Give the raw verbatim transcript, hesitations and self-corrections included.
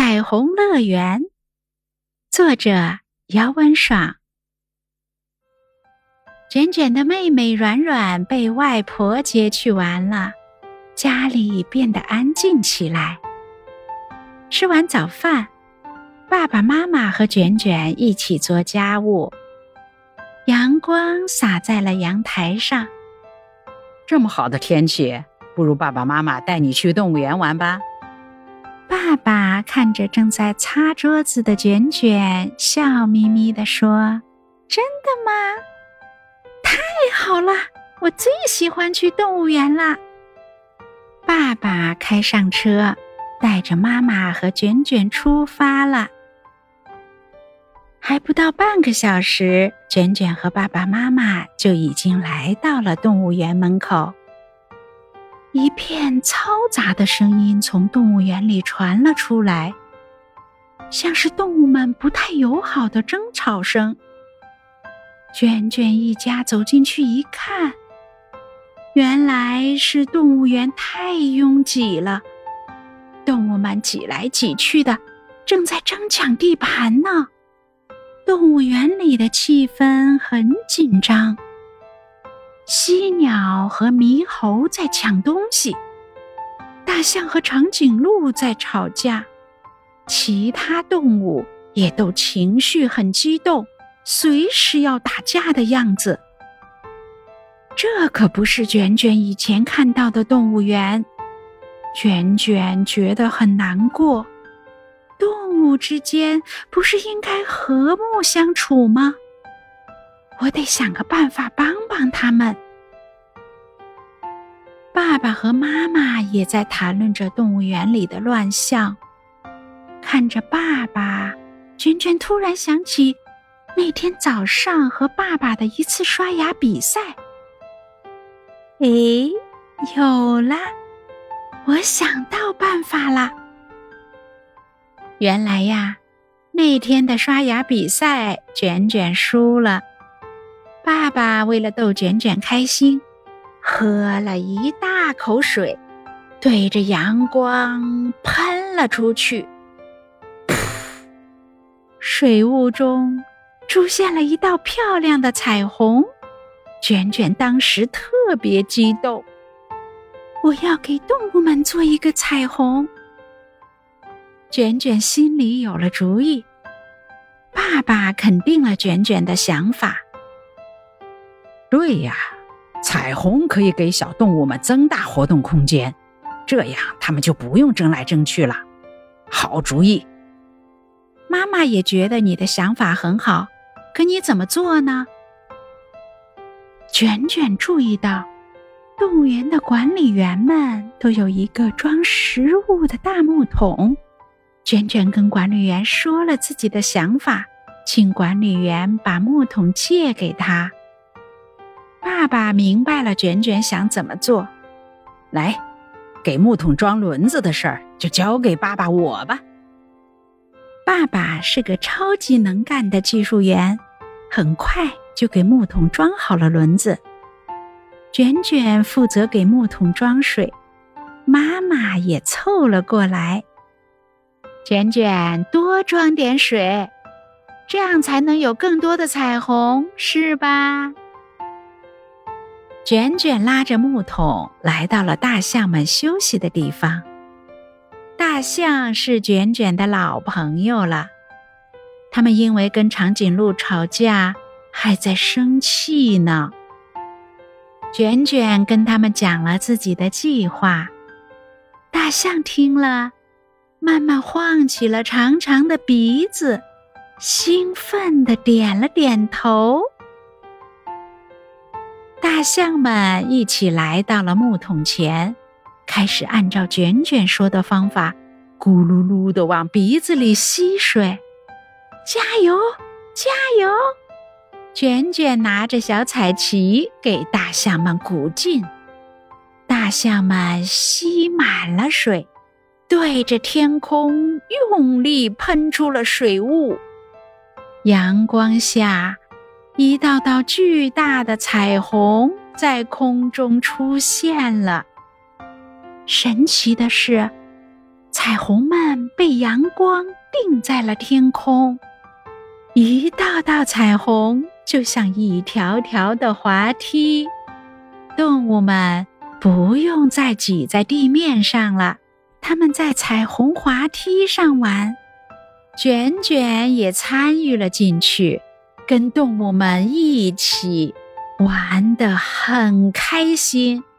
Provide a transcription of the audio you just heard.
彩虹乐园，作者姚文爽。卷卷的妹妹软软被外婆接去玩了，家里变得安静起来。吃完早饭，爸爸妈妈和卷卷一起做家务。阳光洒在了阳台上。 这么好的天气，不如爸爸妈妈带你去动物园玩吧。 爸爸看着正在擦桌子的卷卷，笑眯眯地说：真的吗？太好了，我最喜欢去动物园啦。爸爸开上车，带着妈妈和卷卷出发了。还不到半个小时，卷卷和爸爸妈妈就已经来到了动物园门口。一片嘈杂的声音从动物园里传了出来，像是动物们不太友好的争吵声。卷卷一家走进去一看，原来是动物园太拥挤了，动物们挤来挤去的，正在争抢地盘呢。动物园里的气氛很紧张。犀鸟和猕猴在抢东西，大象和长颈鹿在吵架，其他动物也都情绪很激动，随时要打架的样子。这可不是卷卷以前看到的动物园，卷卷觉得很难过。动物之间不是应该和睦相处吗？我得想个办法帮帮他们。爸爸和妈妈也在谈论着动物园里的乱象。看着爸爸，卷卷突然想起那天早上和爸爸的一次刷牙比赛。诶，有啦，我想到办法啦。原来呀，那天的刷牙比赛，卷卷输了。爸爸为了逗卷卷开心，喝了一大口水，对着阳光喷了出去。噗，水雾中出现了一道漂亮的彩虹。卷卷当时特别激动，我要给动物们做一个彩虹。卷卷心里有了主意，爸爸肯定了卷卷的想法。 对呀，彩虹可以给小动物们增大活动空间，这样它们就不用争来争去了。好主意。 妈妈也觉得你的想法很好，可你怎么做呢？卷卷注意到，动物园的管理员们都有一个装食物的大木桶。卷卷跟管理员说了自己的想法，请管理员把木桶借给他。爸爸明白了卷卷想怎么做。 来，给木桶装轮子的事儿就交给爸爸我吧。 爸爸是个超级能干的技术员，很快就给木桶装好了轮子。卷卷负责给木桶装水，妈妈也凑了过来。卷卷，多装点水，这样才能有更多的彩虹，是吧？卷卷拉着木桶来到了大象们休息的地方。大象是卷卷的老朋友了，他们因为跟长颈鹿吵架，还在生气呢。卷卷跟他们讲了自己的计划，大象听了，慢慢晃起了长长的鼻子，兴奋地点了点头。大象们一起来到了木桶前，开始按照卷卷说的方法，咕噜噜地往鼻子里吸水。加油，加油！卷卷拿着小彩旗给大象们鼓劲。大象们吸满了水，对着天空用力喷出了水雾。阳光下，一道道巨大的彩虹在空中出现了。神奇的是， 彩虹们被阳光映在了天空，一道道彩虹就像一条条的滑梯，动物们不用再挤在地面上了，它们在彩虹滑梯上玩。卷卷也参与了进去，跟动物们一起玩得很开心。